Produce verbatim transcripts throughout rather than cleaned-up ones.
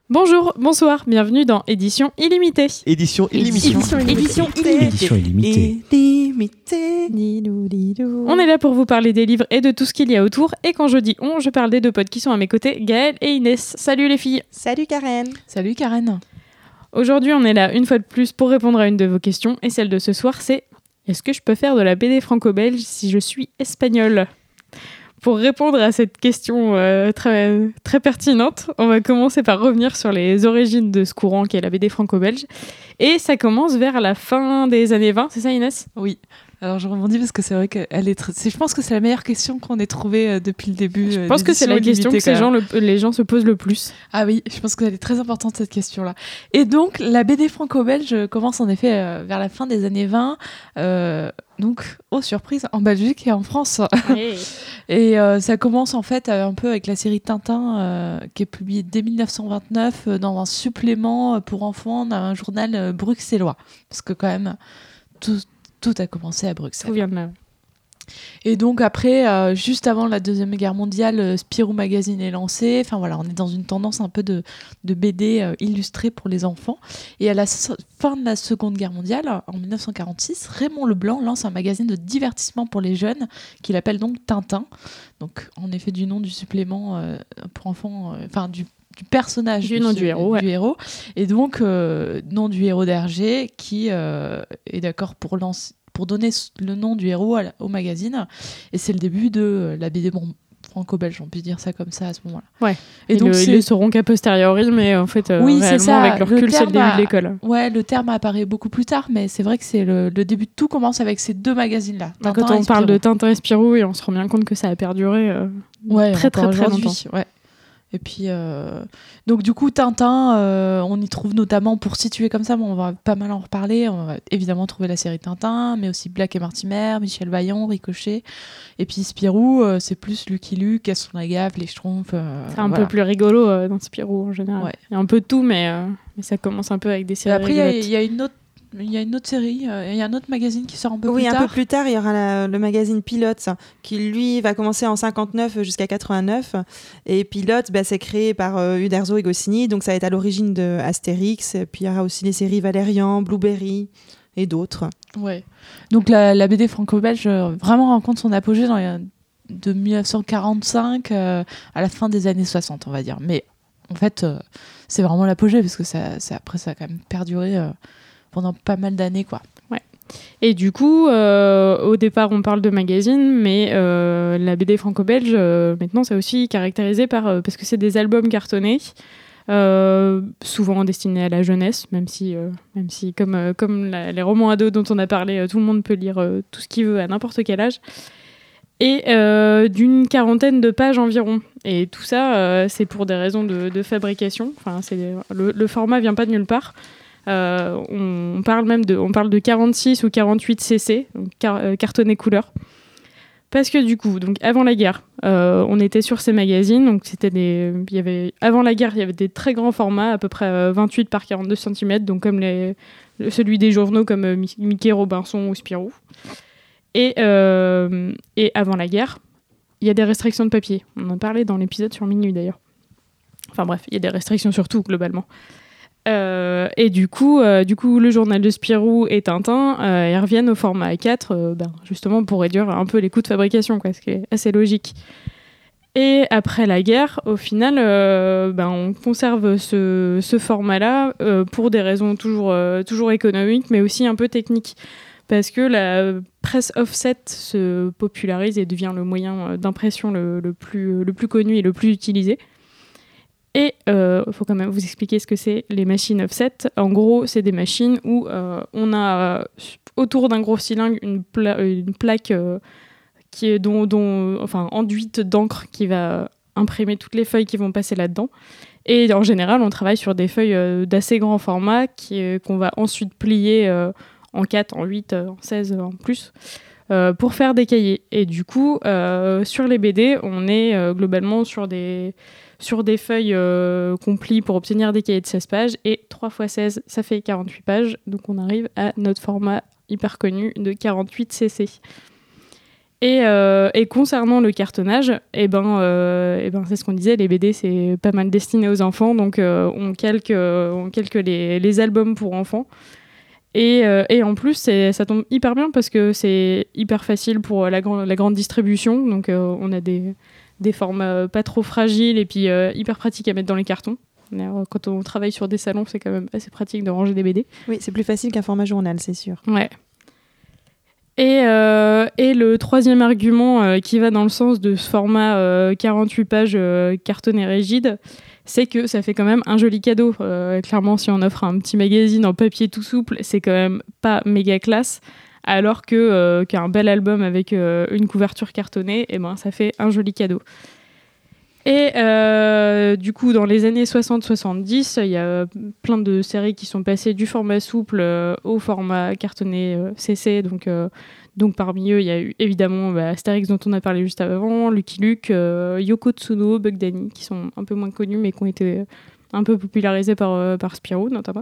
Bonjour, bonsoir, bienvenue dans Édition Illimitée. Édition illimitée. Édition Édition Édition illimitée. illimitée. Dilou, dilou. On est là pour vous parler des livres et de tout ce qu'il y a autour. Et quand je dis on, je parle des deux potes qui sont à mes côtés, Gaëlle et Inès. Salut les filles. Salut Karen. Salut Karen. Aujourd'hui, on est là une fois de plus pour répondre à une de vos questions. Et celle de ce soir, c'est est-ce que je peux faire de la B D franco-belge si je suis espagnole ? Pour répondre à cette question euh, très, très pertinente, on va commencer par revenir sur les origines de ce courant qui est la B D franco-belge. Et ça commence vers la fin des années vingt, c'est ça Inès ? Oui. Alors je rebondis parce que c'est vrai qu'elle est, tr- c'est, je pense que c'est la meilleure question qu'on ait trouvée euh, depuis le début. Je euh, pense que c'est la question que ces gens, le, les gens se posent le plus. Ah oui, je pense qu'elle est très importante cette question-là. Et donc la B D franco-belge commence en effet euh, vers la fin des années vingt, euh, donc aux surprises en Belgique et en France. Hey. Et euh, ça commence en fait euh, un peu avec la série Tintin euh, qui est publiée dès dix-neuf cent vingt-neuf euh, dans un supplément pour enfants d'un journal euh, bruxellois. Parce que quand même, tout, tout a commencé à Bruxelles. Tout vient de là. Et donc après, euh, juste avant la Deuxième Guerre mondiale, euh, Spirou Magazine est lancé. Enfin voilà, on est dans une tendance un peu de, de B D euh, illustrée pour les enfants. Et à la so- fin de la Seconde Guerre mondiale, en dix-neuf cent quarante-six, Raymond Leblanc lance un magazine de divertissement pour les jeunes qu'il appelle donc Tintin. Donc en effet du nom du supplément euh, pour enfants, enfin euh, du du personnage du nom du héros, ouais. du héros. Et donc euh, nom du héros d'Hergé qui euh, est d'accord pour lancer pour donner le nom du héros la, au magazine. Et c'est le début de la B D bon, franco-belge, on peut dire ça comme ça à ce moment-là. Ouais. Et, et donc le, c'est... ils le sauront qu'a posteriori, mais en fait, euh, oui, réellement, c'est ça. avec leur Le recul, c'est le début a... de l'école. Ouais, le terme apparaît beaucoup plus tard, mais c'est vrai que c'est le, le début de tout commence avec ces deux magazines-là. Tintin Quand on parle de Tintin et Spirou, et on se rend bien compte que ça a perduré euh, ouais, très, très, très longtemps. Ouais. Et puis, euh... donc du coup, Tintin, euh, on y trouve notamment, pour situer comme ça, bon, on va pas mal en reparler, on va évidemment trouver la série Tintin, mais aussi Black et Mortimer, Michel Vaillant, Ricochet. Et puis Spirou, euh, c'est plus Lucky Luke, Gaston Lagaffe, les Schtroumpfs. Euh, c'est un voilà. peu plus rigolo euh, dans Spirou en général. Ouais. Il y a un peu de tout, mais, euh, mais ça commence un peu avec des séries. Et après, rigolotes. il y, y a une autre. Il y a une autre série, il euh, y a un autre magazine qui sort un peu oui, plus tard. Oui, un peu plus tard, il y aura la, le magazine Pilote qui, lui, va commencer en cinquante-neuf jusqu'à quatre-vingt-neuf. Et Pilote, bah, c'est créé par euh, Uderzo et Goscinny, donc ça va être à l'origine de Astérix. Et puis il y aura aussi les séries Valérian, Blueberry et d'autres. Ouais. Donc la, la B D franco-belge euh, vraiment rencontre son apogée dans les, de dix-neuf cent quarante-cinq euh, à la fin des années soixante, on va dire. Mais en fait, euh, c'est vraiment l'apogée parce que ça, ça, après, ça a quand même perduré... Euh, pendant pas mal d'années, quoi. Ouais. Et du coup, euh, au départ, on parle de magazine, mais euh, la B D franco-belge, euh, maintenant, c'est aussi caractérisé par... Euh, parce que c'est des albums cartonnés, euh, souvent destinés à la jeunesse, même si, euh, même si comme, euh, comme la, les romans ados dont on a parlé, euh, tout le monde peut lire euh, tout ce qu'il veut à n'importe quel âge. Et euh, d'une quarantaine de pages environ. Et tout ça, euh, c'est pour des raisons de, de fabrication. Enfin, c'est, le, le format vient pas de nulle part. Euh, on, on parle même de, on parle de quarante-six ou quarante-huit cc, donc car, euh, cartonné couleur. Parce que du coup, donc avant la guerre, euh, on était sur ces magazines. Donc c'était des, il y avait, avant la guerre, il y avait des très grands formats, à peu près euh, vingt-huit par quarante-deux centimètres, donc comme les, celui des journaux comme euh, Mickey, Robinson ou Spirou. Et, euh, et avant la guerre, il y a des restrictions de papier. On en parlait dans l'épisode sur Minuit d'ailleurs. Enfin bref, il y a des restrictions sur tout globalement. Euh, et du coup, euh, du coup, le journal de Spirou et Tintin, euh, ils reviennent au format A quatre, euh, ben, justement pour réduire un peu les coûts de fabrication, quoi, ce qui est assez logique. Et après la guerre, au final, euh, ben, on conserve ce, ce format-là euh, pour des raisons toujours, euh, toujours économiques, mais aussi un peu techniques. Parce que la presse offset se popularise et devient le moyen d'impression le, le, plus, le plus connu et le plus utilisé. Et il euh, faut quand même vous expliquer ce que c'est les machines offset. En gros, c'est des machines où euh, on a euh, autour d'un gros cylindre une, pla- une plaque euh, qui est dont, dont, enfin, enduite d'encre qui va imprimer toutes les feuilles qui vont passer là-dedans. Et en général, on travaille sur des feuilles euh, d'assez grand format qui, euh, qu'on va ensuite plier euh, en quatre, en huit, en seize, en plus. Euh, pour faire des cahiers. Et du coup, euh, sur les B D, on est euh, globalement sur des, sur des feuilles euh, qu'on plie pour obtenir des cahiers de seize pages. Et trois fois seize, ça fait quarante-huit pages. Donc on arrive à notre format hyper connu de quarante-huit cc. Et, euh, et concernant le cartonnage, eh ben, euh, eh ben, c'est ce qu'on disait, les B D, c'est pas mal destiné aux enfants, donc euh, on calque, euh, on calque les, les albums pour enfants. Et, euh, et en plus, c'est, ça tombe hyper bien parce que c'est hyper facile pour la, grand, la grande distribution, donc euh, on a des, des formats pas trop fragiles et puis euh, hyper pratiques à mettre dans les cartons. Quand on travaille sur des salons, c'est quand même assez pratique de ranger des B D. Oui, c'est plus facile qu'un format journal, c'est sûr. Ouais. Et, euh, et le troisième argument euh, qui va dans le sens de ce format euh, quarante-huit pages euh, cartonné rigide, c'est que ça fait quand même un joli cadeau. Euh, clairement, si on offre un petit magazine en papier tout souple, c'est quand même pas méga classe, alors que, euh, qu'un bel album avec euh, une couverture cartonnée, eh ben, ça fait un joli cadeau. Et euh, du coup, dans les années soixante soixante-dix, il y a plein de séries qui sont passées du format souple euh, au format cartonné euh, C C. Donc, euh, donc parmi eux, il y a eu évidemment bah, Astérix dont on a parlé juste avant, Lucky Luke, euh, Yoko Tsuno, Bug Danny, qui sont un peu moins connus mais qui ont été un peu popularisés par, euh, par Spirou notamment.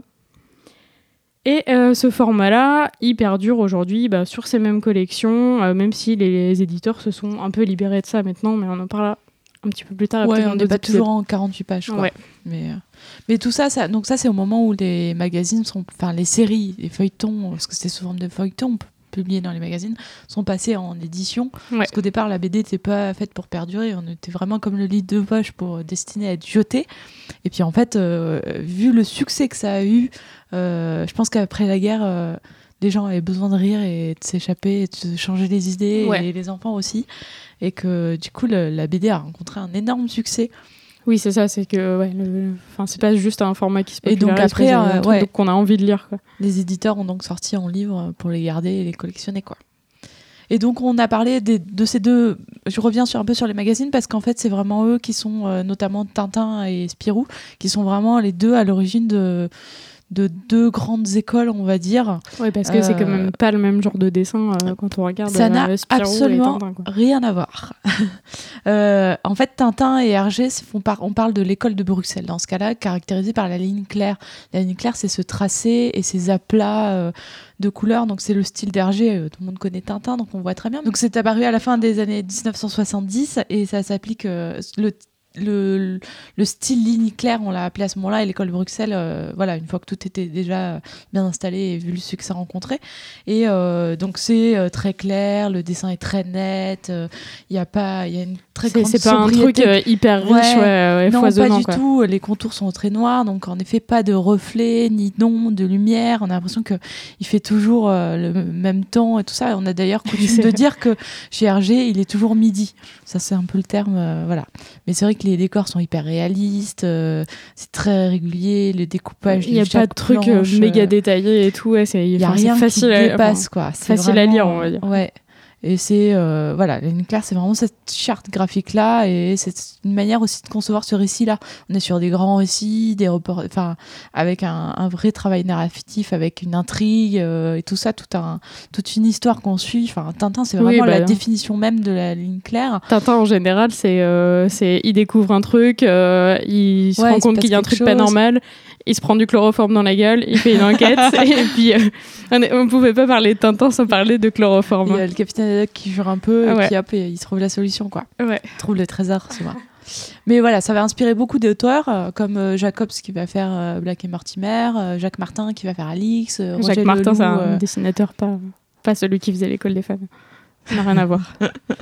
Et euh, ce format-là, il perdure aujourd'hui bah, sur ces mêmes collections, euh, même si les, les éditeurs se sont un peu libérés de ça maintenant, mais on en parlera un petit peu plus tard. Ouais, on n'est pas toujours en quarante-huit pages, quoi. Ouais. Mais, euh, mais tout ça, ça, donc ça, c'est au moment où les magazines sont, enfin les séries, les feuilletons, parce que c'était sous forme de feuilletons publiés dans les magazines, sont passés en édition. Ouais. Parce qu'au départ, la B D n'était pas faite pour perdurer, on était vraiment comme le livre de poche pour destiné à être jeté. Et puis en fait, euh, vu le succès que ça a eu, euh, je pense qu'après la guerre, euh, les gens avaient besoin de rire et de s'échapper, et de changer les idées, ouais. Et les enfants aussi. Et que du coup, le, la B D a rencontré un énorme succès. Oui, c'est ça, c'est que ouais, le, enfin, c'est pas juste un format qui se popularise, et donc après, c'est euh, un truc ouais. qu'on a envie de lire, quoi. Les éditeurs ont donc sorti en livre pour les garder et les collectionner, quoi. Et donc on a parlé des, de ces deux. Je reviens sur un peu sur les magazines parce qu'en fait c'est vraiment eux qui sont euh, notamment Tintin et Spirou qui sont vraiment les deux à l'origine de de deux grandes écoles, on va dire. Oui, parce que euh, c'est quand même pas le même genre de dessin euh, quand on regarde ça n'a euh, Spirou absolument et Tintin, quoi. Rien à voir. euh, en fait, Tintin et Hergé, font par... on parle de l'école de Bruxelles, dans ce cas-là, caractérisée par la ligne claire. La ligne claire, c'est ce tracé et ces aplats euh, de couleurs. Donc, c'est le style d'Hergé. Euh, tout le monde connaît Tintin, donc on voit très bien. Donc, c'est apparu à la fin des années dix-neuf cent soixante-dix et ça s'applique... Euh, le Le, le style ligne claire, on l'a appelé à ce moment-là, et l'école de Bruxelles, euh, voilà, une fois que tout était déjà bien installé et vu le succès rencontré. Et euh, donc c'est euh, très clair, le dessin est très net, il euh, y a pas, il y a une très c'est, grande c'est pas sobriété. un truc euh, hyper riche, ouais, ouais, ouais, non, foisonnant, pas du quoi. tout. Les contours sont très noirs, donc en effet pas de reflets ni d'ombre, de lumière. On a l'impression que il fait toujours euh, le même temps et tout ça. On a d'ailleurs coutume de dire que chez Hergé, il est toujours midi. Ça c'est un peu le terme, euh, voilà. Mais c'est vrai que les décors sont hyper réalistes, euh, c'est très régulier, le découpage. Il n'y a pas de trucs euh, méga détaillés et tout. Ouais, c'est, il y a enfin, rien c'est facile qui à, dépasse, enfin, quoi. C'est facile vraiment, à lire, on va dire. Ouais. Et c'est euh, voilà, la ligne claire, c'est vraiment cette charte graphique là, et c'est une manière aussi de concevoir ce récit là. On est sur des grands récits, des reports, enfin avec un, un vrai travail narratif, avec une intrigue euh, et tout ça, tout un, toute une histoire qu'on suit. Enfin, Tintin, c'est vraiment oui, bah, la non. définition même de la ligne claire. Tintin en général, c'est, euh, c'est il découvre un truc, euh, il se ouais, rend compte qu'il y a un truc chose. pas normal. Il se prend du chloroforme dans la gueule, il fait une enquête, et puis euh, on ne pouvait pas parler de Tintin sans parler de chloroforme. Il y a le capitaine Haddock qui jure un peu, ah ouais. et puis hop, et il trouve la solution, quoi. Ouais. Il trouve le trésor, souvent. Mais voilà, ça va inspirer beaucoup d'auteurs, euh, comme euh, Jacobs qui va faire euh, Black et Mortimer, euh, Jacques Martin qui va faire Alix, euh, Jacques Roger Martin, Leloup, c'est un euh... dessinateur, pas, pas celui qui faisait l'école des femmes. Ça n'a rien à voir.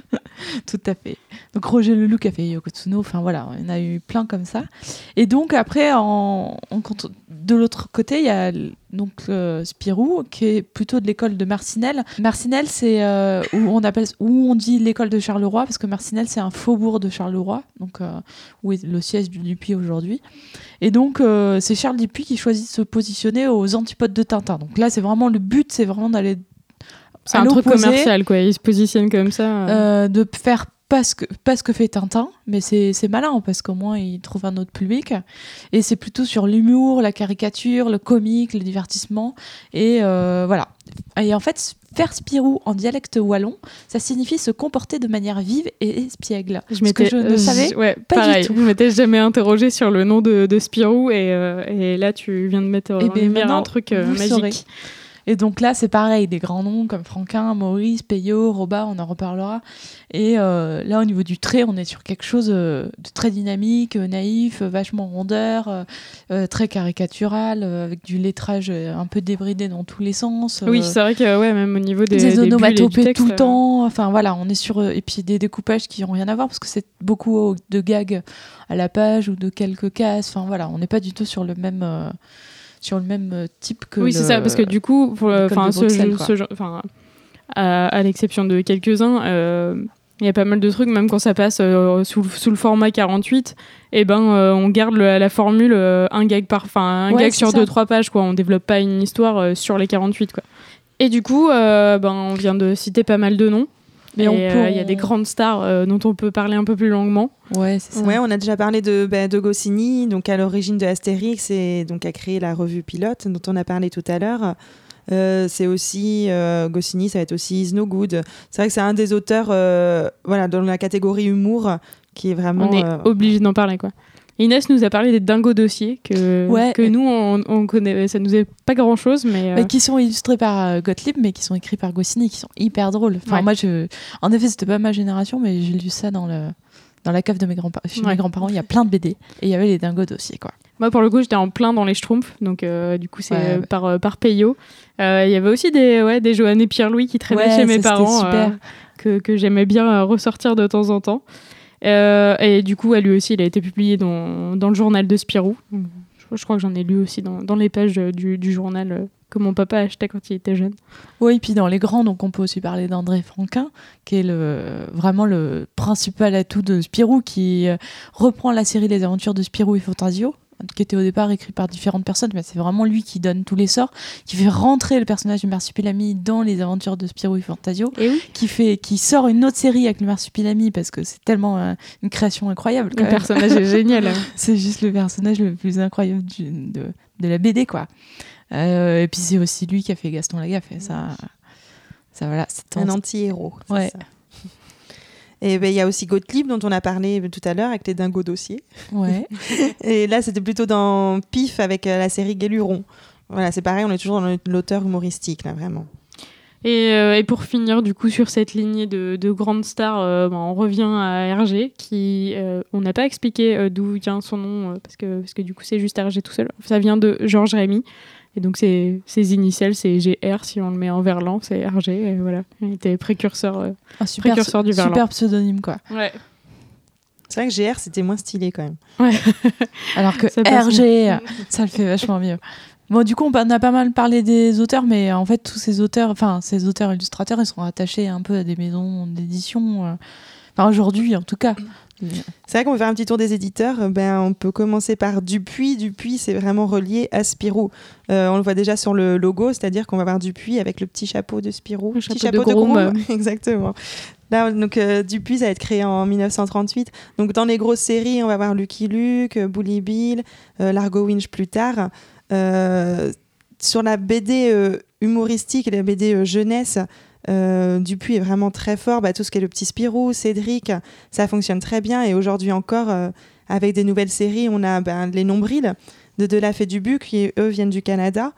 Tout à fait. Donc Roger Leloup qui a fait Yoko Tsuno, enfin voilà, on a eu plein comme ça. Et donc après, en, en, de l'autre côté, il y a donc euh, Spirou qui est plutôt de l'école de Marcinelle. Marcinelle, c'est euh, où on appelle, où on dit l'école de Charleroi, parce que Marcinelle c'est un faubourg de Charleroi, donc euh, où est le siège du Dupuis aujourd'hui. Et donc euh, c'est Charles Dupuis qui choisit de se positionner aux antipodes de Tintin. Donc là, c'est vraiment le but, c'est vraiment d'aller C'est un truc commercial, quoi. Il se positionne comme ça. Euh... Euh, de faire pas ce, que, pas ce que fait Tintin, mais c'est, c'est malin, parce qu'au moins, il trouve un autre public. Et c'est plutôt sur l'humour, la caricature, le comique, le divertissement. Et euh, voilà. Et en fait, faire Spirou en dialecte wallon, ça signifie se comporter de manière vive et espiègle. Je ce que je ne savais je, ouais, pas pareil, du tout. Je ne m'étais jamais interrogée sur le nom de, de Spirou, et, euh, et là, tu viens de mettre en et lumière un truc euh, magique. Saurez. Et donc là, c'est pareil, des grands noms comme Franquin, Maurice, Peyo, Roba, on en reparlera. Et euh, là, au niveau du trait, on est sur quelque chose euh, de très dynamique, euh, naïf, euh, vachement rondeur, euh, euh, très caricatural, euh, avec du lettrage euh, un peu débridé dans tous les sens. Euh, Oui, c'est vrai que ouais, même au niveau des, des, des onomatopées tout le euh... temps. Enfin voilà, on est sur euh, et puis des découpages qui n'ont rien à voir parce que c'est beaucoup de gags à la page ou de quelques cases. Enfin voilà, on n'est pas du tout sur le même. Euh, sur le même type que oui le, c'est ça parce que du coup enfin ce, ce genre enfin à, à l'exception de quelques-uns il euh, y a pas mal de trucs même quand ça passe euh, sous, sous le format quarante-huit et ben euh, on garde le, la formule euh, un gag par enfin un ouais, gag sur ça. deux trois pages quoi, on développe pas une histoire euh, sur les quarante-huit quoi. Et du coup euh, ben on vient de citer pas mal de noms. Mais il euh, y a des grandes stars euh, dont on peut parler un peu plus longuement. Ouais, c'est ça. Ouais, on a déjà parlé de, bah, de Goscinny, donc à l'origine de Astérix et donc a créé la revue Pilote dont on a parlé tout à l'heure. Euh, c'est aussi euh, Goscinny, ça va être aussi Is No Good. C'est vrai que c'est un des auteurs, euh, voilà, dans la catégorie humour, qui est vraiment. On est euh... obligé d'en parler, quoi. Inès nous a parlé des Dingo Dossiers que, ouais, que nous on, on connaît, ça nous est pas grand chose, mais euh... bah, qui sont illustrés par euh, Gottlieb, mais qui sont écrits par Goscinny, qui sont hyper drôles. Enfin ouais. moi je, en effet c'était pas ma génération, mais j'ai lu ça dans le dans la cave de mes grands-parents. Chez ouais. mes grands-parents, il y a plein de B D et il y avait les Dingo Dossiers quoi. Moi pour le coup j'étais en plein dans les Schtroumpfs, donc euh, du coup c'est ouais, euh, ouais. par euh, par Peyo. Il euh, y avait aussi des ouais des Joanne et Pierre-Louis qui traînaient ouais, chez mes ça, parents, super. Euh, que que j'aimais bien euh, ressortir de temps en temps. Euh, et du coup, lui aussi, il a été publié dans, dans le journal de Spirou. Je, je crois que j'en ai lu aussi dans, dans les pages du, du journal euh, que mon papa achetait quand il était jeune. Oui, et puis dans les grands, donc on peut aussi parler d'André Franquin, qui est le, vraiment le principal atout de Spirou, qui euh, reprend la série Les Aventures de Spirou et Fantasio, qui était au départ écrit par différentes personnes, mais c'est vraiment lui qui donne tous les sorts, qui fait rentrer le personnage du Marsupilami dans les aventures de Spirou et Fantasio, et oui. qui, fait, qui sort une autre série avec le Marsupilami, parce que c'est tellement euh, une création incroyable. Le personnage est génial. Hein. C'est juste le personnage le plus incroyable du, de, de la B D, quoi. Euh, et puis c'est aussi lui qui a fait Gaston Lagaffe, et ça, ça voilà, c'est un anti-héros. Ouais. Ça. Et ben il y a aussi Gottlieb dont on a parlé tout à l'heure avec les Dingo Dossiers. Ouais. Et là c'était plutôt dans Pif avec euh, la série Guéluron. Voilà, c'est pareil, on est toujours dans l'auteur humoristique là vraiment. Et, euh, et pour finir du coup sur cette lignée de, de grandes stars, euh, ben, on revient à Hergé qui, euh, on n'a pas expliqué euh, d'où vient son nom euh, parce que parce que du coup c'est juste Hergé tout seul. Ça vient de Georges Rémy. Et donc, ses, ses initiales, c'est G R, si on le met en verlan, c'est Hergé. Et voilà, il était précurseur, euh, un super, précurseur du verlan. Super pseudonyme, quoi. Ouais. C'est vrai que G R, c'était moins stylé, quand même. Ouais. Alors que Hergé, ça le fait vachement mieux. Bon, du coup, on a pas mal parlé des auteurs, mais en fait, tous ces auteurs, enfin, ces auteurs-illustrateurs, ils sont attachés un peu à des maisons d'édition. Euh, enfin, aujourd'hui, en tout cas. C'est vrai qu'on peut faire un petit tour des éditeurs. Ben, on peut commencer par Dupuis. Dupuis, c'est vraiment relié à Spirou. Euh, on le voit déjà sur le logo, c'est-à-dire qu'on va voir Dupuis avec le petit chapeau de Spirou. Le petit chapeau, chapeau de Gros. De Exactement. Là, donc, euh, Dupuis, ça va être créé en dix-neuf cent trente-huit. Donc, dans les grosses séries, on va voir Lucky Luke, Bully Bill, euh, Largo Winch plus tard. Euh, sur la B D euh, humoristique et la B D euh, jeunesse, Euh, Dupuis est vraiment très fort, bah, tout ce qui est le petit Spirou, Cédric, ça fonctionne très bien et aujourd'hui encore euh, avec des nouvelles séries on a bah, les Nombrils de Delaf et Dubuc qui eux viennent du Canada,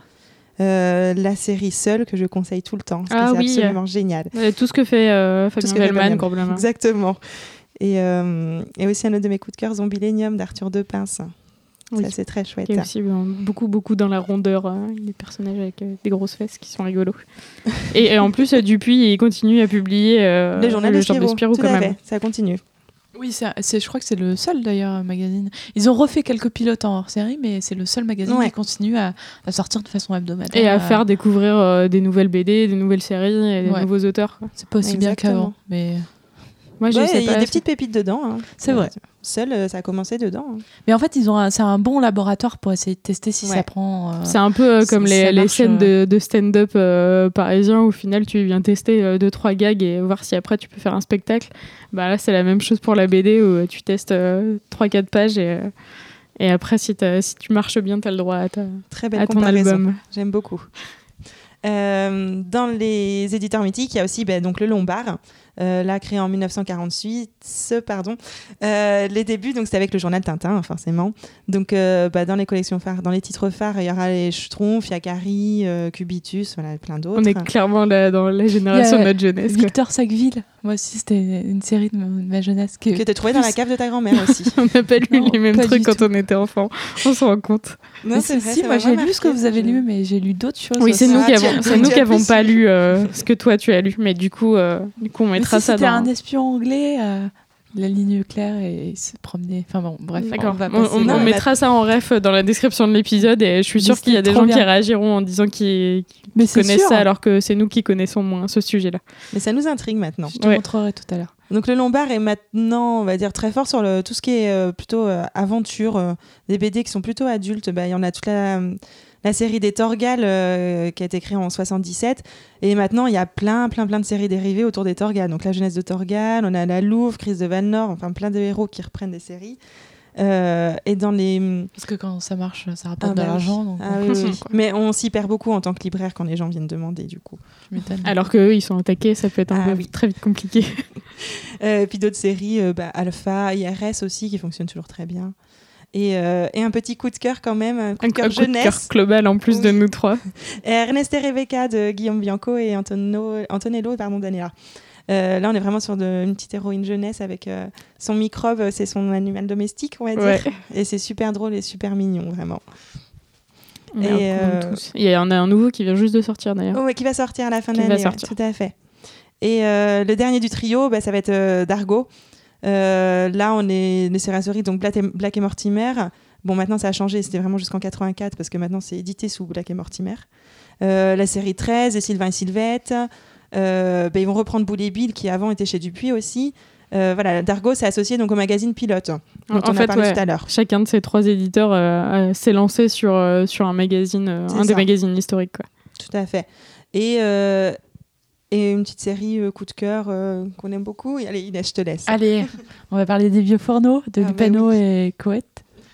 euh, la série Seul que je conseille tout le temps parce ah, que c'est oui, absolument euh, génial, euh, tout ce que fait euh, Fabien Velman complètement. Exactement. Et, euh, et aussi un autre de mes coups de cœur, Zombilenium d'Arthur Depince. Oui. Ça, c'est très chouette. Il y a aussi euh, beaucoup, beaucoup dans la rondeur, euh, des personnages avec euh, des grosses fesses qui sont rigolos. et, et en plus, euh, Dupuis, il continue à publier euh, le journal le de Spirou, de Spirou tout quand à même. fait. Ça continue. Oui, c'est, c'est, je crois que c'est le seul d'ailleurs magazine. Ils ont refait quelques pilotes en hors-série, mais c'est le seul magazine ouais. qui continue à, à sortir de façon hebdomadaire. Et à, à... faire découvrir euh, des nouvelles B D, des nouvelles séries et des ouais. nouveaux auteurs. Quoi. C'est pas aussi Exactement. bien qu'avant, mais... Moi, je ouais, sais il y a des petites pépites dedans. Hein. C'est vrai. Seul, euh, ça a commencé dedans. Hein. Mais en fait, ils ont un, c'est un bon laboratoire pour essayer de tester si ouais. ça prend. Euh, c'est un peu euh, comme les, les scènes de, de stand-up euh, parisiens où au final tu viens tester euh, deux trois gags et voir si après tu peux faire un spectacle. Bah là, c'est la même chose pour la B D où tu testes euh, trois quatre pages et, euh, et après, si, si tu marches bien, tu as le droit à, ta, Très belle à ton comparaison. album. J'aime beaucoup. Euh, dans les éditeurs mythiques, il y a aussi bah, donc, le Lombard. euh, là créé en dix-neuf cent quarante-huit, pardon. Euh, les débuts, donc c'était avec le journal Tintin, forcément. Donc euh, bah, dans les collections phares, dans les titres phares, il y aura les Schtroumpfs, Yakari, euh, Cubitus, voilà, plein d'autres. On est clairement là, dans la génération de notre jeunesse. Quoi. Victor Sackville, moi aussi c'était une série de ma, de ma jeunesse que, que tu as trouvé dans la cave de ta grand-mère aussi. On n'a pas lu Non, les mêmes pas trucs du quand tout. on était enfant. On s'en rend compte. Non, Mais c'est si, vrai, si, ça moi m'a j'ai vraiment lu ce que marqué, vous avez ce lu, jeu. mais j'ai lu d'autres choses. Oui, c'est aussi. nous Ah, qui tu- avons, tu c'est nous as qui avons plus. pas lu euh, ce que toi tu as lu, mais du coup, euh, du coup on Mais mettra si, ça c'était dans. un espion anglais, euh, la ligne claire, et il se promenait. Enfin bon, bref, D'accord. on va On, passer. on- Non, on mais mettra ça en ref dans la description de l'épisode et je suis sûre Mais qu'il y a c'était des trop gens qui bien. réagiront en disant qu'ils qu'ils Mais c'est connaissent sûr. ça alors que c'est nous qui connaissons moins ce sujet-là. Mais ça nous intrigue maintenant. Je te Ouais. montrerai tout à l'heure. Donc le Lombard est maintenant, on va dire, très fort sur le, tout ce qui est euh, plutôt euh, aventure, euh, des B D qui sont plutôt adultes. Bah, il y en a toute la, la série des Torgal euh, qui a été créée en soixante-dix-sept. Et maintenant, il y a plein, plein, plein de séries dérivées autour des Torgal. Donc la jeunesse de Torgal, on a la Louve, Crise de Valnor, enfin plein de héros qui reprennent des séries. Euh, et dans les... Parce que quand ça marche, ça rapporte Ah bah de oui. l'argent. Donc Ah on- oui, oui, oui. Mais on s'y perd beaucoup en tant que libraire quand les gens viennent demander, du coup. tu m'étonnes. Alors qu'eux, ils sont attaqués, ça peut être un Ah peu oui. très vite compliqué. Euh, et puis d'autres séries, euh, bah, Alpha, I R S aussi, qui fonctionnent toujours très bien. Et, euh, et un petit coup de cœur quand même, un coup Un, de cœur un coup de cœur jeunesse. global en plus de Oui. nous trois. Et Ernest et Rebecca de Guillaume Bianco et Antono, Antonello pardon, Daniela. Euh, là, on est vraiment sur de, une petite héroïne jeunesse avec euh, son microbe, euh, c'est son animal domestique, on va dire. Ouais. Et c'est super drôle et super mignon, vraiment. On Et, est un peu euh, comme tous. Il y en a un nouveau qui vient juste de sortir d'ailleurs. Oh, ouais, qui va sortir à la fin de Qui va l'année, ouais, sortir. tout à fait. Et euh, le dernier du trio, bah, ça va être euh, Dargo. Euh, là, on est les séries donc Black et, Black et Mortimer. Bon, maintenant, ça a changé. C'était vraiment jusqu'en quatre-vingt-quatre parce que maintenant, c'est édité sous Black et Mortimer. Euh, la série treize et Sylvain et Sylvette. Euh, bah, ils vont reprendre Boule et Bill qui avant était chez Dupuis aussi. Euh, voilà, Dargo, c'est associé donc au magazine Pilote dont En on fait, a parlé ouais. tout à l'heure. Chacun de ces trois éditeurs euh, euh, s'est lancé sur, euh, sur un magazine, euh, C'est un des ça. magazines historiques. Quoi. Tout à fait. Et, euh, et une petite série euh, coup de cœur euh, qu'on aime beaucoup. Et allez, Inès, je te laisse. Allez, on va parler des vieux fourneaux de Ah bah Lupano oui. et Coët.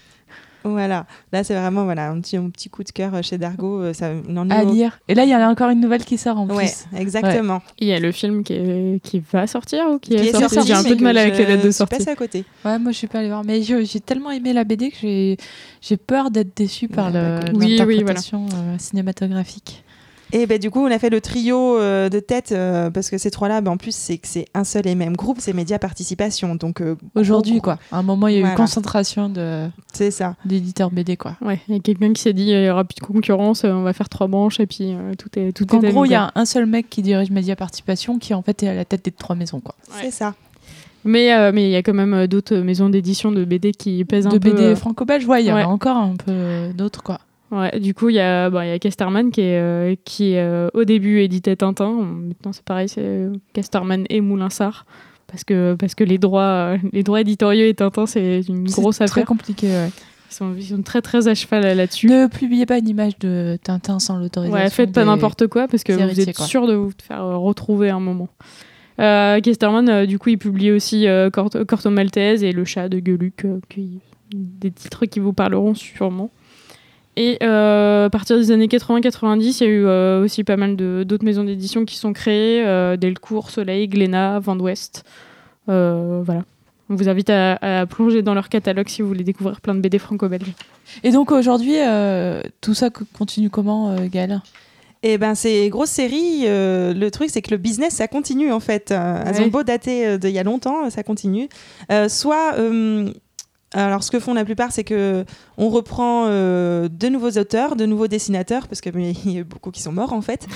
Voilà, là c'est vraiment voilà, un, petit, un petit coup de cœur euh, chez Dargo. euh, Ça, on en est À au- lire. Et là, il y en a encore une nouvelle qui sort en Ouais, plus. exactement. Il y a le film qui, est- qui va sortir ou qui, Qui est, est sorti. sorti, J'ai un mais peu de mal que avec je les dates de suis sortie. passée à côté. Ouais, moi je suis pas allée voir. Mais je- j'ai tellement aimé la B D que j'ai, j'ai peur d'être déçue par Ouais, le, bah, écoute. Oui, oui, l'interprétation euh, cinématographique. Et ben du coup, on a fait le trio euh, de tête euh, parce que ces trois-là, ben, en plus, c'est que c'est un seul et même groupe, c'est Média Participation. Donc euh, Aujourd'hui, gros, quoi. À un moment, il y a eu Voilà. une concentration de, c'est ça. d'éditeurs B D, quoi. Ouais, il y a quelqu'un qui s'est dit il y aura plus de concurrence, euh, on va faire trois branches et puis euh, tout est tout Donc, en est gros, il y aligné. a un seul mec qui dirige Média Participation qui, en fait, est à la tête des trois maisons, quoi. Ouais. C'est ça. Mais euh, mais il y a quand même euh, d'autres maisons d'édition de B D qui pèsent un De peu. B D euh, franco-belge, ouais, il y en ouais. a encore un peu d'autres, quoi. Ouais, du coup, il y a, bon, il y a Casterman qui, est, euh, qui euh, au début éditait Tintin. Maintenant, c'est pareil, c'est euh, Casterman et Moulinsart. Parce que, parce que les, droits, euh, les droits éditoriaux et Tintin, c'est une grosse C'est très affaire. compliqué, ouais. Ils sont, ils sont très très à cheval là- là-dessus. Ne publiez pas une image de Tintin sans l'autorisation. Ouais, faites pas des- n'importe quoi parce que des vous héritiers, êtes quoi. sûr de vous faire euh, retrouver un moment. Euh, Casterman, euh, du coup, il publie aussi euh, Corto, Corto Maltese et Le Chat de Gueuluc, euh, qui- des titres qui vous parleront sûrement. Et euh, à partir des années quatre-vingts quatre-vingt-dix, il y a eu euh, aussi pas mal de, d'autres maisons d'édition qui sont créées, euh, Delcourt, Soleil, Glénat, Vent d'Ouest. Euh, voilà. On vous invite à, à plonger dans leur catalogue si vous voulez découvrir plein de B D franco-belges. Et donc aujourd'hui, euh, tout ça co- continue comment, euh, Gaëlle ? Et ben ces grosses séries, euh, le truc c'est que le business ça continue en fait. Euh, Elles Ouais. ont beau dater euh, d'il y a longtemps, ça continue. Euh, soit euh, alors, ce que font la plupart, c'est que on reprend euh, de nouveaux auteurs, de nouveaux dessinateurs, parce qu'il y a beaucoup qui sont morts en fait.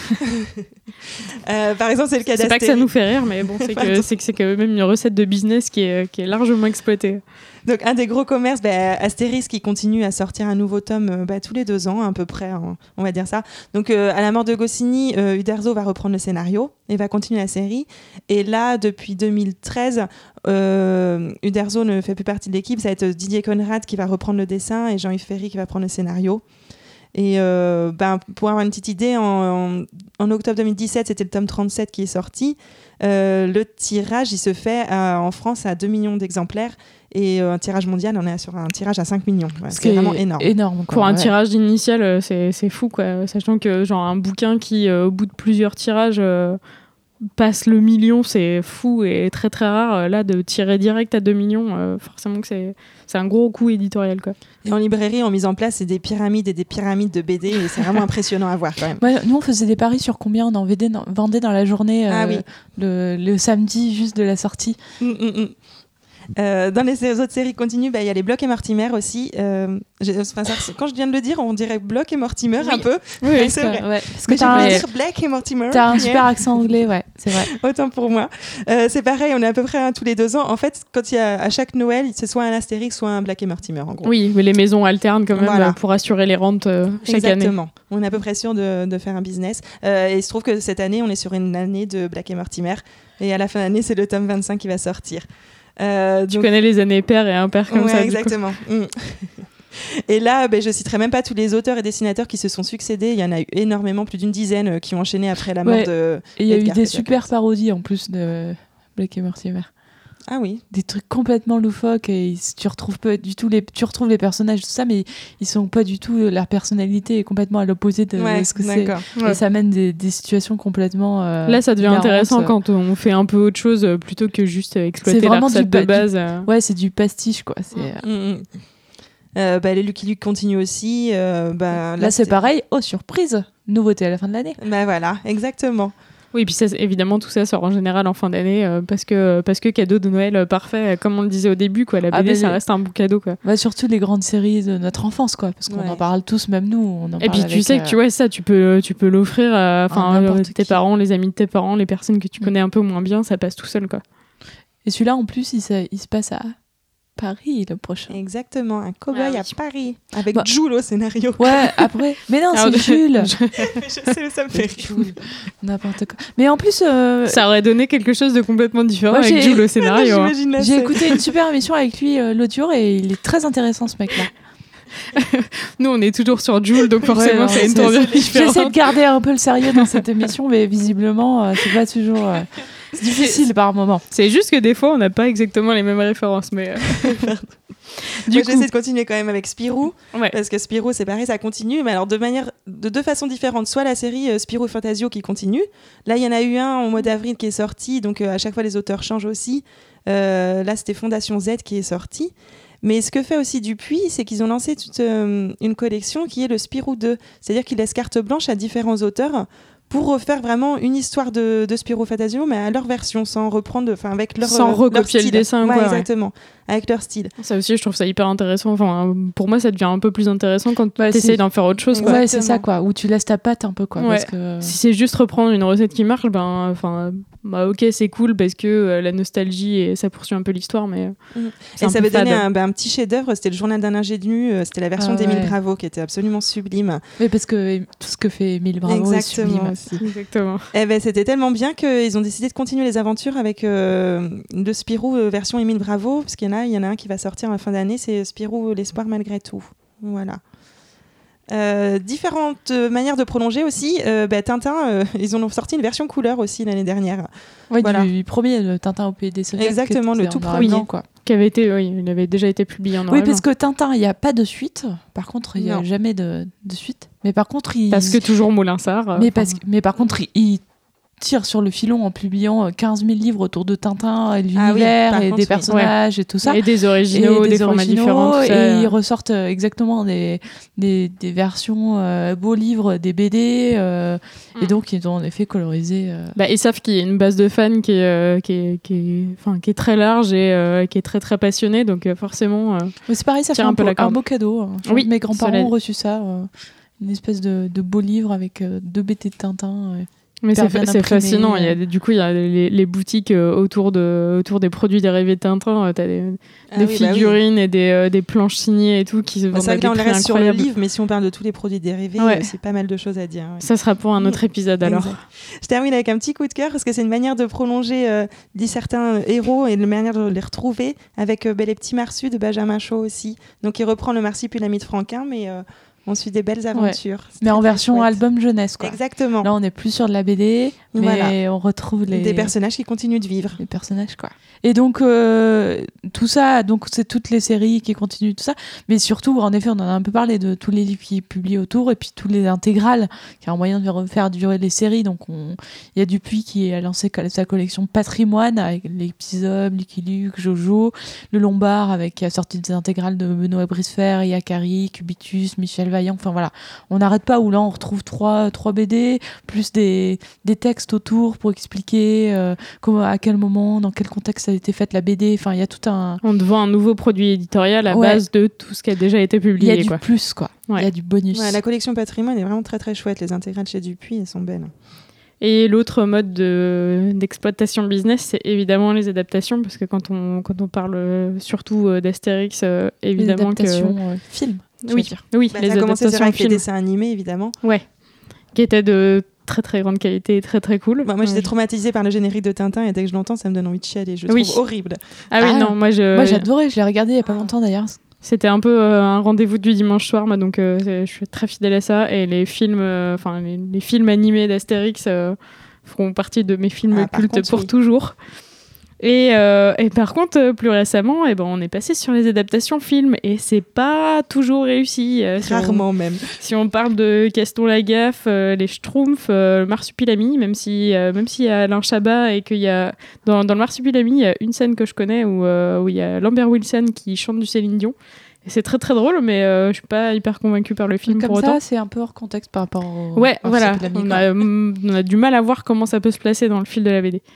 euh, par exemple, c'est le cas C'est pas que ça d'Astérix. nous fait rire, mais bon, c'est que Pardon. c'est que c'est quand même une recette de business qui est, qui est largement exploitée. Donc, un des gros commerces, bah, Astérix, qui continue à sortir un nouveau tome euh, bah, tous les deux ans, à peu près, hein, on va dire ça. Donc, euh, à la mort de Goscinny, euh, Uderzo va reprendre le scénario et va continuer la série. Et là, depuis deux mille treize, euh, Uderzo ne fait plus partie de l'équipe. Ça va être Didier Conrad qui va reprendre le dessin et Jean-Yves Ferry qui va prendre le scénario. Et euh, ben, pour avoir une petite idée, en, en, en octobre deux mille dix-sept, c'était le tome trente-sept qui est sorti. Euh, le tirage, il se fait à- en France à deux millions d'exemplaires. Et euh, un tirage mondial, on est sur un tirage à cinq millions. Ouais, Ce c'est qui est vraiment énorme. énorme quoi, Pour un ouais. tirage initial, euh, c'est c'est fou, quoi. Sachant que, genre, un bouquin qui, euh, au bout de plusieurs tirages, euh, passe le million, c'est fou et très très rare. Là, de tirer direct à deux millions, euh, forcément que c'est, c'est un gros coup éditorial, quoi. Et en librairie, en mise en place, c'est des pyramides et des pyramides de B D et c'est vraiment impressionnant à voir quand même. Ouais, nous, on faisait des paris sur combien on en vendait dans, vendait dans la journée, euh, Ah oui. le, le samedi juste de la sortie. Mm, mm, mm. Euh, dans les autres séries continues, bah, y a les Bloch et Mortimer aussi. Euh, j'ai- enfin, ça, quand je viens de le dire, on dirait Bloch et Mortimer Oui. un peu. Oui, Ouais, oui, c'est Ouais, vrai. ouais, parce que Mais j'ai t'as voulu un, dire Black et Mortimer. t'as un Yeah. super accent anglais, ouais, c'est vrai. Autant pour moi. Euh, c'est pareil, on est à peu près un tous les deux ans. En fait, quand il y a à chaque Noël, c'est soit un Astérix, soit un Black et Mortimer, en gros. Oui, mais les maisons alternent quand même Voilà. euh, pour assurer les rentes euh, chaque année. Exactement. On est à peu près sûr de, de faire un business. Euh, et il se trouve que cette année, on est sur une année de Black et Mortimer. Et à la fin de l'année, c'est le tome vingt-cinq qui va sortir. Euh, Tu donc- connais les années paires et impaires comme ouais, ça. du coup. exactement. Mm. Et là, ben, je citerai même pas tous les auteurs et dessinateurs qui se sont succédés. Il y en a eu énormément, plus d'une dizaine, euh, qui ont enchaîné après la mort Ouais. de. Et il y a eu Edgar des Cayce. super parodies en plus de Black et Mortimer. Ah oui. Des trucs complètement loufoques et ils- tu retrouves pas du tout les tu retrouves les personnages tout ça mais ils sont pas du tout leur personnalité est complètement à l'opposé de Ouais, ce que c'est d'accord. Ouais. et ça mène des, des situations complètement euh, Là, ça devient hilarantes. intéressant quand on fait un peu autre chose euh, plutôt que juste euh, exploiter C'est la vraiment du recette de ba- base. euh. ouais c'est du pastiche quoi c'est Mm, mm. Euh, bah, les Lucky Luke continuent aussi. euh, bah, là c'est c'était- pareil oh surprise nouveauté à la fin de l'année Bah voilà, exactement. Oui, puis ça, c'est- évidemment, tout ça sort en général en fin d'année euh, parce, que, parce que cadeau de Noël euh, parfait, euh, comme on le disait au début, quoi. La Ah, B D, mais ça les- reste un beau cadeau, quoi. bah, surtout les grandes séries de notre enfance quoi parce qu'on Ouais. en parle tous même nous on en Et parle puis tu avec, sais euh, que tu vois ça, tu peux, tu peux l'offrir à enfin, À n'importe euh, tes qui. parents, les amis de tes parents, les personnes que tu Mm. connais un peu moins bien, ça passe tout seul, quoi. et celui-là en plus il, se- il se passe à Paris le prochain Exactement, un cow-boy Ah oui. à Paris. Avec Bah. Jules au scénario. ouais après mais non Alors, c'est Jules Je sais, ça me fait rire. Jules. N'importe quoi mais en plus euh, Ça aurait donné quelque chose de complètement différent Moi, avec j'ai- Jules au scénario. hein. J'imagine la J'ai scène. écouté une super émission avec lui euh, l'autre jour et il est très intéressant ce mec-là. Nous, on est toujours sur Jules, donc forcément, Ouais, non, c'est une c'est- tournure J'essaie de différente. garder un peu le sérieux dans cette émission, mais visiblement, euh, c'est pas toujours. euh, c'est difficile par moment. C'est juste que des fois, on n'a pas exactement les mêmes références, mais... euh, du Moi, coup, j'essaie de continuer quand même avec Spirou, ouais. parce que Spirou, c'est pareil, ça continue, mais alors de manière, de deux façons différentes. Soit la série euh, Spirou Fantasio qui continue. Là, il y en a eu un au mois d'avril qui est sorti, donc euh, à chaque fois les auteurs changent aussi. Euh, là, c'était Fondation Z qui est sorti. Mais ce que fait aussi Dupuis, c'est qu'ils ont lancé toute euh, une collection qui est le Spirou deux. C'est-à-dire qu'ils laissent carte blanche à différents auteurs pour refaire vraiment une histoire de, de Spirou Fantasio, mais à leur version, sans reprendre, enfin avec leur Sans euh, leur recopier le style. dessin, Ouais, quoi, ouais. exactement, avec leur style. Ça aussi, je trouve ça hyper intéressant. Enfin, pour moi, ça devient un peu plus intéressant quand Ouais, tu essayes c'est- d'en faire autre chose, quoi. Ouais, c'est Exactement. ça quoi, où tu laisses ta patte un peu quoi. Ouais. Parce que... Si c'est juste reprendre une recette qui marche, ben, enfin, bah, ok, c'est cool parce que euh, la nostalgie et ça poursuit un peu l'histoire, mais euh, Mhm. c'est Et un ça peu avait donné fade. un, bah, un petit chef-d'œuvre, c'était le journal d'un ingénu, euh, c'était la version Ah d'Émile ouais. Bravo qui était absolument sublime. Oui, parce que tout ce que fait Émile Bravo est Exactement sublime. aussi. Exactement. Eh ben, c'était tellement bien qu'ils ont décidé de continuer les aventures avec euh, le Spirou euh, version Émile Bravo, parce qu'il y en a, il y en a un qui va sortir en la fin d'année, c'est Spirou l'espoir malgré tout. Voilà. Euh, différentes euh, manières de prolonger aussi. Euh, bah, Tintin, euh, ils en ont sorti une version couleur aussi l'année dernière. Ouais, Voilà. du premier le Tintin au pays des soleils. Exactement, qui le était tout en noir et premier. blanc, quoi. Qui avait été, oui, il avait déjà été publié en noir Oui, et blanc. parce que Tintin, il n'y a pas de suite. Par contre, il n'y a Non. jamais de, de suite. Mais par contre, il. Parce que toujours Moulinsart. euh, Mais, enfin, parce que- mais par contre, il, il tire sur le filon en publiant euh, quinze mille livres autour de Tintin et de Ah oui, l'univers par et contre, des oui. personnages et tout ça. Et des originaux, Et des, formats originaux, différents. tout ça. et ils ressortent euh, exactement des, des, des versions euh, beaux livres, des B D. euh, Mm. Et donc, ils ont en effet colorisé. euh, Bah, ils savent qu'il y a une base de fans qui est, euh, qui est, qui est, enfin, qui est très large et euh, qui est très très passionnée, donc euh, forcément. euh, Mais c'est pareil, ça fait Tire un, un peu beau- la corde. un beau cadeau. hein. Je Oui, crois que mes grands-parents cela ont dit. reçu ça. euh, une espèce de, de beau livre avec euh, deux B T de Tintin. ouais. Mais Hyper c'est, bien c'est imprimé. fascinant. Il y a, des- du coup, il y a les, les boutiques euh, autour, de, autour des produits dérivés de Tintin. Tu as des, Ah des oui, bah oui. figurines et des, euh, des planches signées et tout qui se Bah, vendent c'est à vrai que des là, on prix reste sur le incroyables. livre, mais si on parle de tous les produits dérivés, Ouais. euh, c'est pas mal de choses à dire. ouais. Ça sera pour un autre épisode alors. Exact. Je termine avec un petit coup de cœur parce que c'est une manière de prolonger euh, dit certains héros et une manière de les retrouver avec euh, ben, les petits Marsus de Benjamin Shaw aussi. Donc il reprend le Marsupilami de Franquin, mais euh, on suit des belles aventures. C'est Mais très, en très version chouette. album jeunesse. Quoi. Exactement. Là, on est plus sur de la B D. mais Voilà. on retrouve les... Des personnages qui continuent de vivre. les personnages, quoi. Et donc, euh, tout ça, donc c'est toutes les séries qui continuent, tout ça. Mais surtout, en effet, on en a un peu parlé de tous les livres qui publient autour et puis tous les intégrales, qui est un moyen de refaire durer les séries. Donc, on... il y a Dupuis qui a lancé sa collection Patrimoine avec l'épisode, Lucky Luke, Jojo, le Lombard avec qui a sorti des intégrales de Benoît Brisefer, Yakari, Cubitus, Michel Vaillant. Enfin, voilà. On n'arrête pas où là, on retrouve trois, trois B D, plus des, des textes autour pour expliquer euh, comment, à quel moment, dans quel contexte a été faite la B D. Enfin, il y a tout un... On te vend un nouveau produit éditorial à Ouais. base de tout ce qui a déjà été Il y publié. a du quoi. plus, quoi. Il Ouais. y a du bonus. Ouais, la collection Patrimoine est vraiment très très chouette. Les intégrales chez Dupuis, elles sont belles. Et l'autre mode de, d'exploitation business, c'est évidemment les adaptations, parce que quand on, quand on parle euh, surtout euh, d'Astérix, euh, Les évidemment adaptations que... euh, film, tu veux Oui, dire. oui Bah, les ça a commencé adaptations avec les films, dessins animés, évidemment. qui étaient de très très grande qualité, très très cool. Bah, moi, j'étais Ouais. traumatisée par le générique de Tintin et dès que je l'entends, ça me donne envie de chialer. Je le Oui. trouve horrible. Ah oui, Ah, non, moi je... Moi, j'adorais. Je l'ai regardé il y a pas longtemps, d'ailleurs. C'était un peu euh, un rendez-vous du dimanche soir, moi, donc euh, c'est- je suis très fidèle à ça. Et les films, euh, enfin les, les films animés d'Astérix euh, feront partie de mes films Ah, par cultes contre, pour oui. toujours. Et, euh, et par contre, euh, plus récemment, eh ben, on est passé sur les adaptations films et c'est pas toujours réussi. euh, si on- Rarement même. Si on parle de Gaston Lagaffe, euh, les Schtroumpfs, euh, le Marsupilami, même si euh, même s'il y a Alain Chabat et qu'il y a dans, dans le Marsupilami, il y a une scène que je connais où euh, où il y a Lambert Wilson qui chante du Céline Dion. Et c'est très très drôle, mais euh, je suis pas hyper convaincue par le film Comme pour ça, autant. c'est un peu hors contexte par rapport au... Ouais, au voilà, Marsupilami, on quoi. a, mm, on a du mal à voir comment ça peut se placer dans le fil de la B D.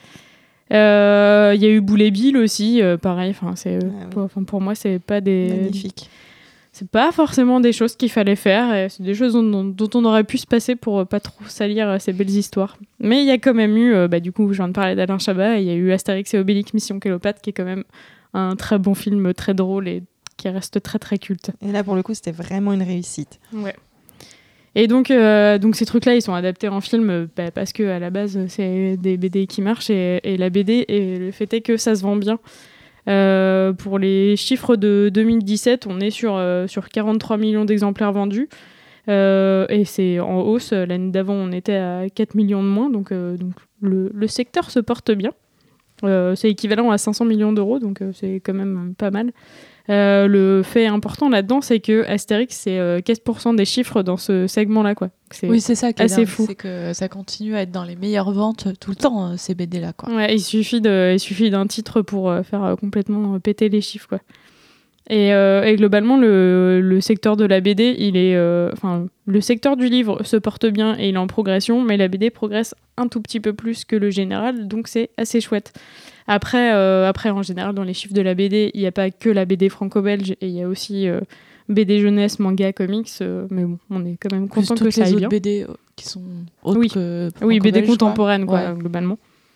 Euh, Il y a eu Boule et Bill aussi, euh, pareil. Enfin, c'est, euh, Ah oui. pour, enfin, pour moi, c'est pas des, Magnifique. c'est pas forcément des choses qu'il fallait faire. Et c'est des choses dont, dont- dont on aurait pu se passer pour euh, pas trop salir euh, ces belles histoires. Mais il y a quand même eu, euh, bah, du coup, je viens de parler d'Alain Chabat, et il y a eu Astérix et Obélix Mission Cléopâtre, qui est quand même un très bon film, très drôle et qui reste très très culte. Et là, pour le coup, c'était vraiment une réussite. Ouais. Et donc, euh, donc ces trucs-là, ils sont adaptés en film euh, bah, parce que à la base, c'est des B D qui marchent et, et la B D, et le fait est que ça se vend bien. Euh, pour les chiffres de deux mille dix-sept, on est sur, euh, sur quarante-trois millions d'exemplaires vendus. Euh, et c'est en hausse. L'année d'avant, on était à quatre millions de moins. Donc, euh, donc le, le secteur se porte bien. Euh, c'est équivalent à cinq cents millions d'euros, donc euh, c'est quand même pas mal. Euh, le fait important là-dedans, c'est que Astérix, c'est euh, quinze pour cent des chiffres dans ce segment-là, quoi. C'est... Oui, c'est ça qui est assez dingue, fou. c'est que ça continue à être dans les meilleures ventes tout le temps, euh, ces B D-là, quoi. Ouais, il suffit, de, il suffit d'un titre pour euh, faire euh, complètement euh, péter les chiffres, quoi. Et, euh, et globalement, le, le secteur de la B D, il est, euh, enfin, le secteur du livre se porte bien et il est en progression, mais la B D progresse un tout petit peu plus que le général, donc c'est assez chouette. Après, euh, après, en général, dans les chiffres de la B D, il n'y a pas que la B D franco-belge, et il y a aussi euh, B D jeunesse, manga, comics, euh, mais bon, on est quand même Plus content que toutes ça les aille autres bien. B D euh, qui sont autres Oui. que Oui, B D franco-belges, quoi. contemporaine, quoi, Ouais. globalement.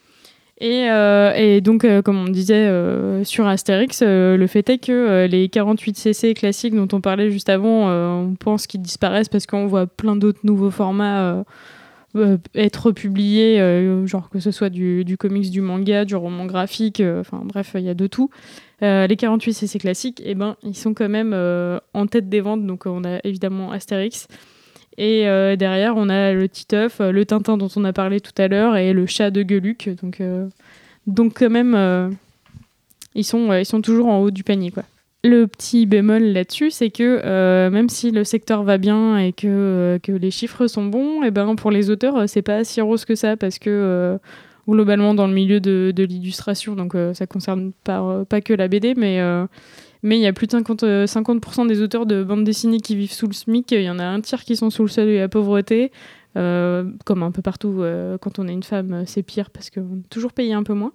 Et, euh, et donc, euh, comme on disait euh, sur Astérix, euh, le fait est que euh, les quarante-huit C C classiques dont on parlait juste avant, euh, on pense qu'ils disparaissent parce qu'on voit plein d'autres nouveaux formats euh, euh, être publiés, euh, genre que ce soit du, du comics, du manga, du roman graphique, euh, enfin bref, il y a de tout. Euh, les quarante-huit C C classiques, eh ben, ils sont quand même euh, en tête des ventes, donc on a évidemment Astérix. Et euh, derrière, on a le Titeuf, euh, le Tintin dont on a parlé tout à l'heure, et le chat de Gueuluc. Donc, euh, donc quand même, euh, ils, sont, euh, ils sont toujours en haut du panier, quoi. Le petit bémol là-dessus, c'est que euh, même si le secteur va bien et que, euh, que les chiffres sont bons, et ben, pour les auteurs, euh, c'est pas si rose que ça, parce que euh, globalement, dans le milieu de, de l'illustration, donc euh, ça concerne pas, euh, pas que la B D, mais... Euh, Mais il y a plus de cinquante, cinquante pour cent des auteurs de bande dessinée qui vivent sous le SMIC. Il y en a un tiers qui sont sous le seuil de la pauvreté. Euh, comme un peu partout, euh, quand on est une femme, c'est pire parce qu'on est toujours payé un peu moins.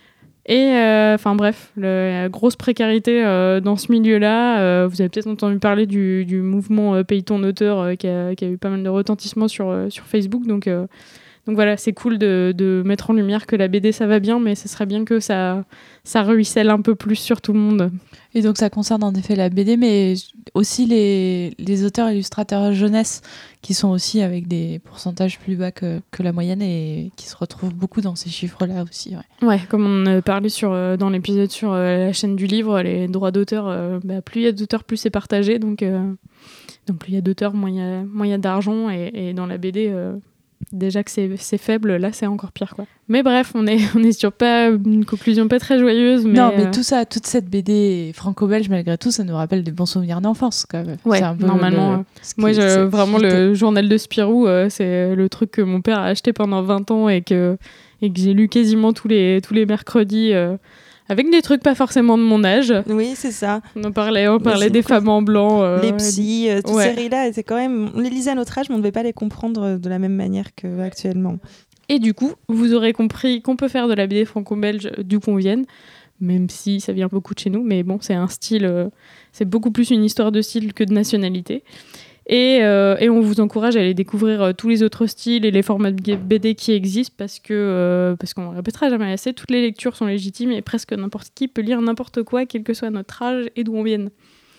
Et enfin euh, bref, le, la grosse précarité euh, dans ce milieu-là. Euh, vous avez peut-être entendu parler du, du mouvement euh, Paye ton auteur euh, qui, a, qui a eu pas mal de retentissement sur, euh, sur Facebook. Donc, euh, donc voilà, c'est cool de, de mettre en lumière que la B D, ça va bien, mais ce serait bien que ça, ça ruisselle un peu plus sur tout le monde. Et donc ça concerne en effet la B D, mais aussi les, les auteurs illustrateurs jeunesse qui sont aussi avec des pourcentages plus bas que, que la moyenne et qui se retrouvent beaucoup dans ces chiffres-là aussi. Ouais, ouais, comme on a parlé sur, euh, dans l'épisode sur euh, la chaîne du livre, les droits d'auteur, euh, bah, plus il y a d'auteurs, plus c'est partagé. Donc, euh, donc plus il y a d'auteurs, moins il y a, moins il y a d'argent. Et, et dans la B D, euh, Déjà que c'est, c'est faible, là c'est encore pire quoi. Mais bref, on est, on est sur pas une conclusion pas très joyeuse. Mais non, mais euh... tout ça, toute cette B D franco-belge, malgré tout, ça nous rappelle des bons souvenirs d'enfance quand même. Ouais, c'est un peu normalement. Le, euh, moi, je, c'est vraiment, le journal de Spirou, euh, c'est le truc que mon père a acheté pendant vingt ans et que, et que j'ai lu quasiment tous les, tous les mercredis. Euh, Avec des trucs pas forcément de mon âge. Oui, c'est ça. On en parlait, on parlait des femmes en blanc. Euh, les psys, euh, toutes ouais. ces séries-là, c'est quand même... on les lisait à notre âge, mais on ne devait pas les comprendre de la même manière qu'actuellement. Et du coup, vous aurez compris qu'on peut faire de la B D franco-belge d'où qu'on vienne, même si ça vient beaucoup de chez nous. Mais bon, c'est un style, euh, c'est beaucoup plus une histoire de style que de nationalité. Et, euh, et on vous encourage à aller découvrir euh, tous les autres styles et les formats de B D qui existent parce que euh, parce qu'on ne répétera jamais assez, toutes les lectures sont légitimes et presque n'importe qui peut lire n'importe quoi, quel que soit notre âge et d'où on vienne.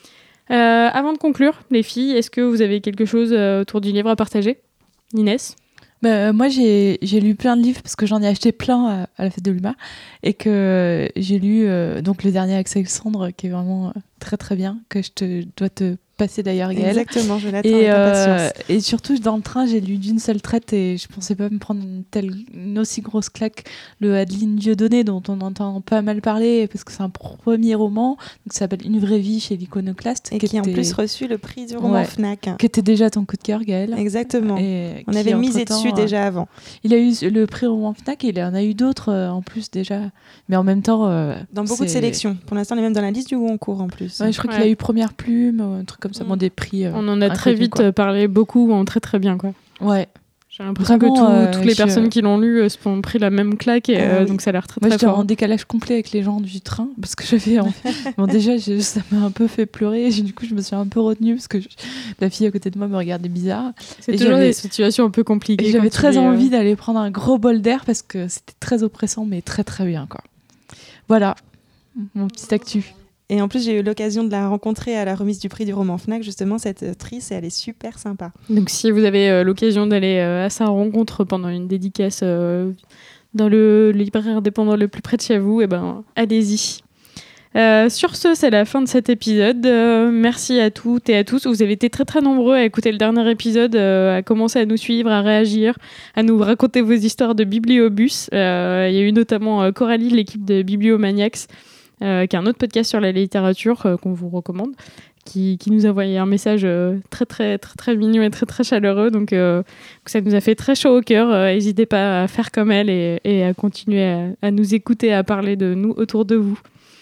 Euh, avant de conclure, les filles, est-ce que vous avez quelque chose euh, autour du livre à partager ? Inès ? Bah, moi, j'ai, j'ai lu plein de livres parce que j'en ai acheté plein à, à la fête de l'U M A et que j'ai lu euh, donc le dernier Alexandre qui est vraiment euh, très très bien, que je te, dois te passer d'ailleurs, Gaëlle. Exactement, je l'attends et, avec impatience. Euh, et surtout, dans le train, j'ai lu d'une seule traite et je pensais pas me prendre une, telle, une aussi grosse claque, le Adeline Dieudonné, dont on entend pas mal parler parce que c'est un premier roman donc ça s'appelle Une vraie vie chez l'Iconoclaste. Et qui, qui était... a en plus reçu le prix du roman ouais, Fnac. Qui était déjà ton coup de cœur, Gaëlle. Exactement. Et on avait misé dessus déjà avant. Il a eu le prix roman Fnac et il en a eu d'autres euh, en plus déjà. Mais en même temps... Euh, dans beaucoup c'est... de sélections. Pour l'instant, on est même dans la liste du Goncourt en plus. Ouais, je crois ouais. qu'il a eu Première Plume, un truc comme ça, mmh. bon, des prix... Euh, on en a très vite quoi. Parlé beaucoup, en très très bien. Quoi. Ouais. J'ai l'impression Vraiment, que tout, euh, toutes les je... personnes qui l'ont lu euh, se sont pris la même claque, et, euh, oui. donc ça a l'air très Moi, très fort. Moi, j'étais en décalage complet avec les gens du train, parce que j'avais... En... bon, déjà, je... ça m'a un peu fait pleurer, et du coup, je me suis un peu retenue, parce que je... la fille à côté de moi me regardait bizarre. C'est et toujours j'avais... des situations un peu compliquées. Et j'avais très dis, envie euh... d'aller prendre un gros bol d'air, parce que c'était très oppressant, mais très très bien, quoi. Voilà, mon petit actu. Et en plus, j'ai eu l'occasion de la rencontrer à la remise du prix du roman Fnac, justement, cette autrice, et elle est super sympa. Donc, si vous avez euh, l'occasion d'aller euh, à sa rencontre pendant une dédicace euh, dans le libraire indépendant le plus près de chez vous, eh ben, allez-y. Euh, sur ce, c'est la fin de cet épisode. Euh, merci à toutes et à tous. Vous avez été très très nombreux à écouter le dernier épisode, euh, à commencer à nous suivre, à réagir, à nous raconter vos histoires de bibliobus. Euh, il y a eu notamment euh, Coralie de l'équipe de Bibliomaniacs, Euh, qui est un autre podcast sur la littérature euh, qu'on vous recommande, qui, qui nous a envoyé un message euh, très, très, très, très mignon et très, très chaleureux. Donc, euh, ça nous a fait très chaud au cœur. N'hésitez euh, pas à faire comme elle et, et à continuer à, à nous écouter, à parler de nous autour de vous.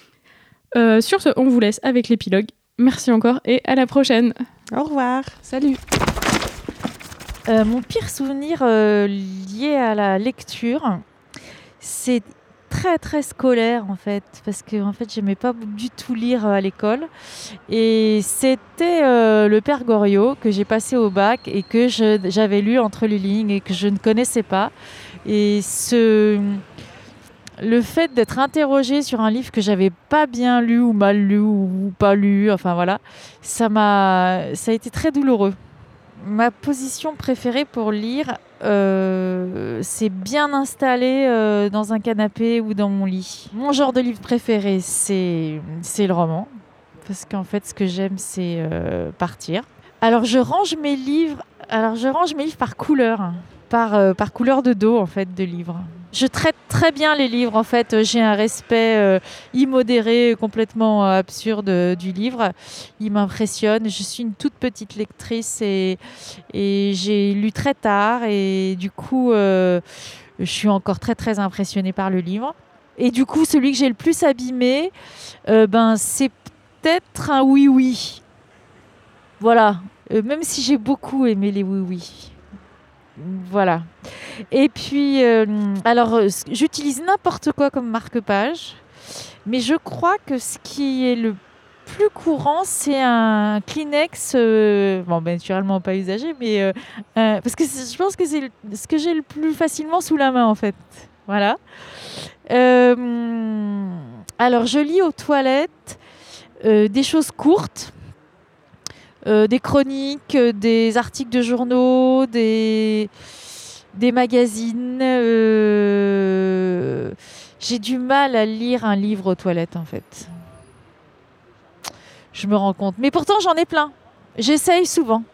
Euh, sur ce, on vous laisse avec l'épilogue. Merci encore et à la prochaine. Au revoir. Salut. Euh, mon pire souvenir euh, lié à la lecture, c'est très très scolaire en fait, parce que en fait j'aimais pas du tout lire à l'école, et c'était euh, le Père Goriot que j'ai passé au bac et que je, j'avais lu entre les lignes et que je ne connaissais pas, et ce le fait d'être interrogée sur un livre que j'avais pas bien lu ou mal lu ou pas lu, enfin voilà, ça m'a ça a été très douloureux. Ma position préférée pour lire, euh, c'est bien installé euh, dans un canapé ou dans mon lit. Mon genre de livre préféré, c'est, c'est le roman. Parce qu'en fait, ce que j'aime, c'est euh, partir. Alors, je range mes livres, alors, je range mes livres par couleur. Par, euh, par couleur de dos, en fait, de livres. Je traite très bien les livres, en fait. J'ai un respect euh, immodéré, complètement euh, absurde euh, du livre. Il m'impressionne. Je suis une toute petite lectrice et, et j'ai lu très tard. Et du coup, euh, je suis encore très, très impressionnée par le livre. Et du coup, celui que j'ai le plus abîmé, euh, ben, c'est peut-être un oui-oui. Voilà. Euh, même si j'ai beaucoup aimé les oui-oui. Voilà. Et puis, euh, alors, j'utilise n'importe quoi comme marque-page, mais je crois que ce qui est le plus courant, c'est un Kleenex, euh, bon, ben, naturellement pas usagé, mais euh, euh, parce que je pense que c'est le, ce que j'ai le plus facilement sous la main, en fait. Voilà. Euh, alors, je lis aux toilettes euh, des choses courtes. Euh, des chroniques, euh, des articles de journaux, des, des magazines. Euh... J'ai du mal à lire un livre aux toilettes, en fait. Je me rends compte. Mais pourtant, j'en ai plein. J'essaye souvent.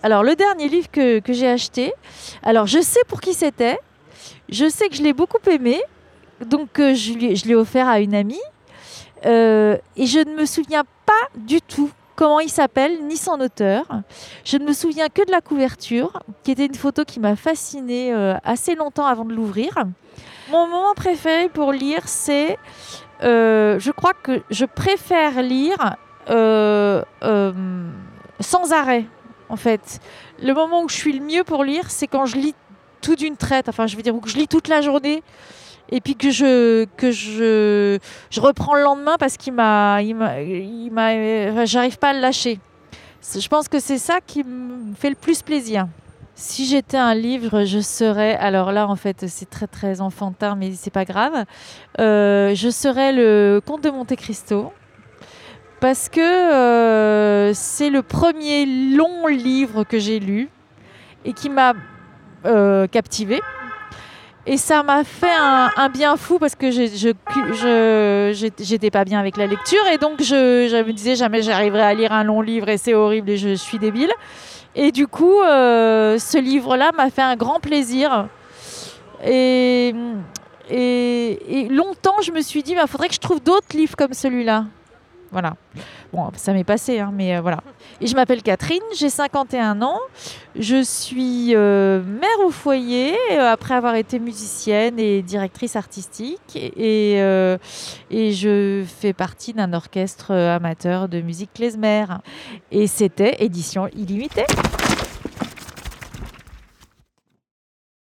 Alors, le dernier livre que, que j'ai acheté, alors je sais pour qui c'était, je sais que je l'ai beaucoup aimé, donc euh, je, lui, je l'ai offert à une amie, euh, et je ne me souviens pas du tout comment il s'appelle, ni son auteur. Je ne me souviens que de la couverture, qui était une photo qui m'a fascinée euh, assez longtemps avant de l'ouvrir. Mon moment préféré pour lire, c'est... Euh, je crois que je préfère lire euh, euh, sans arrêt, en fait. Le moment où je suis le mieux pour lire, c'est quand je lis tout d'une traite. Enfin, je veux dire, où je lis toute la journée et puis que je que je je reprends le lendemain parce qu'il m'a il m'a, il m'a enfin, j'arrive pas à le lâcher. Je pense que c'est ça qui me fait le plus plaisir. Si j'étais un livre, je serais... Alors là, en fait, c'est très, très enfantin, mais c'est pas grave. Euh, je serais le Comte de Monte Cristo. Parce que euh, c'est le premier long livre que j'ai lu et qui m'a euh, captivée. Et ça m'a fait un, un bien fou parce que je, je, je, j'étais pas bien avec la lecture. Et donc, je, je me disais jamais j'arriverai à lire un long livre et c'est horrible et je suis débile. Et du coup, euh, ce livre-là m'a fait un grand plaisir. Et, et, et longtemps, je me suis dit, il bah, faudrait que je trouve d'autres livres comme celui-là. Voilà. Bon, ça m'est passé, hein, mais euh, voilà. Et je m'appelle Catherine, j'ai cinquante et un ans. Je suis euh, mère au foyer euh, après avoir été musicienne et directrice artistique. Et, euh, et je fais partie d'un orchestre amateur de musique klezmer. Et c'était édition illimitée.